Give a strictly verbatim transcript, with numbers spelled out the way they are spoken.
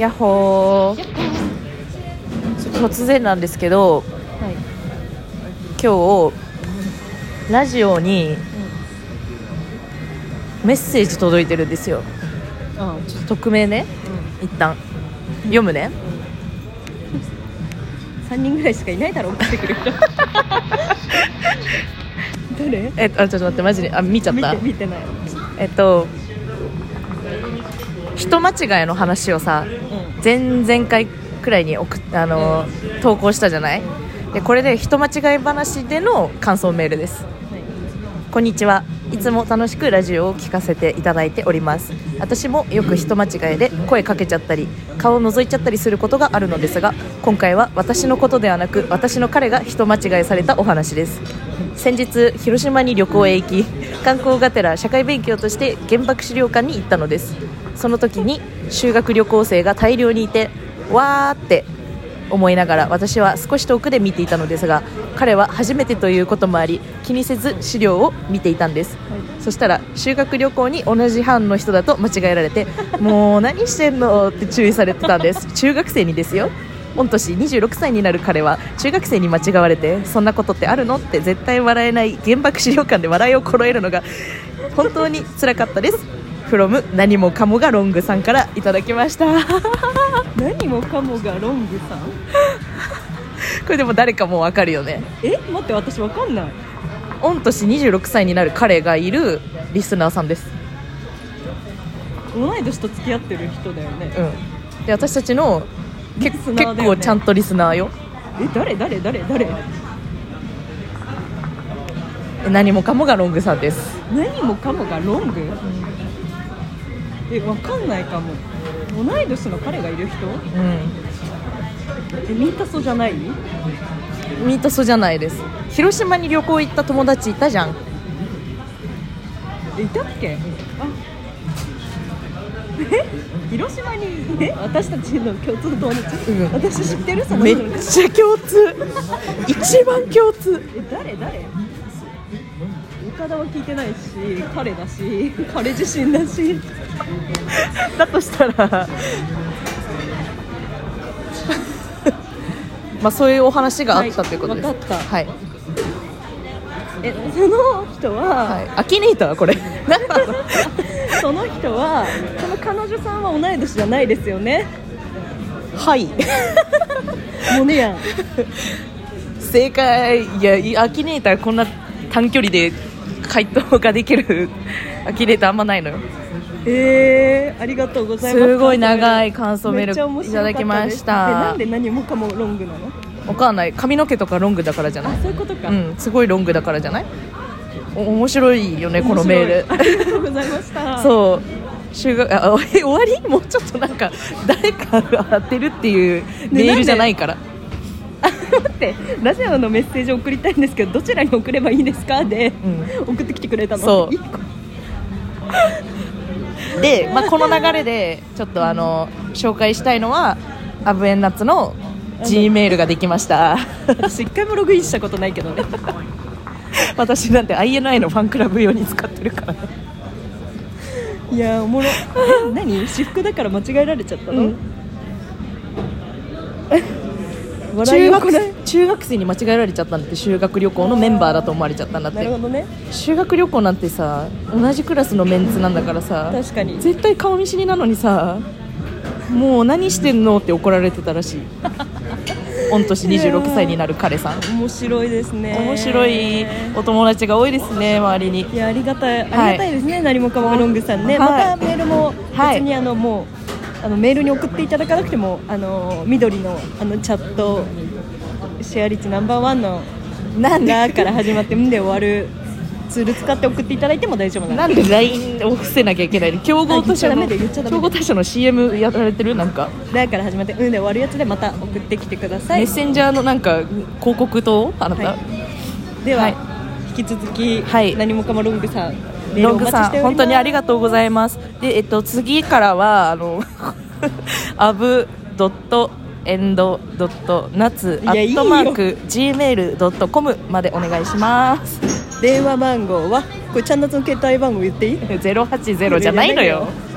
やっほー。突然なんですけど、はい、今日ラジオにメッセージ届いてるんですよ。 ああ、 ちょっと匿名ね、うん、一旦読むね、 うん、さんにんぐらいしかいないだろ送ってくる人誰？ えっと、あ、ちょっと待って、マジで、あ、見ちゃった。 見て、見てない。 えっと人間違いの話をさ、うん、前々回くらいに送っあの、うん、投稿したじゃない。でこれで人間違い話での感想メールです、はい、こんにちは。いつも楽しくラジオを聞かせていただいております。私もよく人間違いで声かけちゃったり顔を覗いちゃったりすることがあるのですが、今回は私のことではなく私の彼が人間違いされたお話です。先日広島に旅行へ行き、観光がてら社会勉強として原爆資料館に行ったのです。その時に修学旅行生が大量にいて、わーって思いながら私は少し遠くで見ていたのですが、彼は初めてということもあり気にせず資料を見ていたんです、はい、そしたら修学旅行に同じ班の人だと間違えられてもう何してんのって注意されてたんです。中学生にですよ。御年にじゅうろくさいになる彼は中学生に間違われて、そんなことってあるのって絶対笑えない原爆資料館で笑いをこらえるのが本当に辛かったです。from 何もかもがロングさんからいただきました何もかもがロングさんこれでも誰かもう分かるよね。 え、待って、私分かんない。 御年にじゅうろくさいになる彼がいるリスナーさんです。 同い年と付き合ってる人だよね。 うん。で私たちのけ、ね、結構ちゃんとリスナーよ。 え、誰誰誰誰何もかもがロングさんです。 何もかもがロング、うん、え、分かんないかも。同い年の彼がいる人、うん、え、ミータソじゃない？ ミータソじゃないです。広島に旅行行った友達いたじゃん。 え、いたっけ？あ、え、広島にえ私たちの共通の友達、うん、私知ってる？そのめっちゃ共通一番共通。 え、誰誰？岡田は聞いてないし、彼だし、彼自身だしだとしたらまあそういうお話があったということです。 はい、分かった。 はい。 え、その人は、 はい、アキネーターこれその人は、その彼女さんは同い年じゃないですよね。 はいもうねやん正解。いや、アキネーターこんな短距離で回答ができるアキネーターあんまないのよ。 えー、ありがとうございます。 すごい長い感想メールいただきました。 で、なんで何もかもロングなの？ わかんない。髪の毛とかロングだからじゃない？ あ、そういうことか。 うん、すごいロングだからじゃない？お面白いよねこのメール。 ありがとうございましたそう修学あえ終わり？もうちょっとなんか誰かが当てるっていうメールじゃないから、ね、 待って、ラジオのメッセージを送りたいんですけどどちらに送ればいいですかで、うん、送ってきてくれたの。 そうで、まあ、この流れでちょっとあの紹介したいのはアブエンナッツの G メールができました。 私一回もログインしたことないけどね私なんて アイエヌアイ のファンクラブ用に使ってるからね。 いやおもろ。え、何？私服だから間違えられちゃったの？うん、 中学、中学生に間違えられちゃったんだって。修学旅行のメンバーだと思われちゃったんだって。 なるほどね。 修学旅行なんてさ同じクラスのメンツなんだからさ、 確かに絶対顔見知りなのにさ、もう何してんのって怒られてたらしい御年にじゅうろくさいになる彼さん。 面白いですね。 面白いお友達が多いですね周りに。 いや、ありがたい、ありがたいですね、はい、何もかもがロングさんね、はい、またメールも別にあの、はい、もうあのメールに送っていただかなくてもあの緑のあのチャットシェア率ナンバーワンのなんだから始まってんで終わるツール使って送っていただいても大丈夫なんで。 なんで ライン を伏せなきゃいけないの？競合他社の競合他社の シーエム やられてる？なんかだから始まってうんで終わるやつでまた送ってきてください。 メッセンジャーのなんか広告とあなた、はい、 では、はい、引き続き、はい、何もかもロングさんメールお待ちしております。 本当にありがとうございます。で、えっと、次からはあのアブドットエンドドットナツアットマーク ジーメールドットコム までお願いします。 電話番号はこれチャンナツの携帯番号言っていい？ ゼロはちゼロじゃないのよ。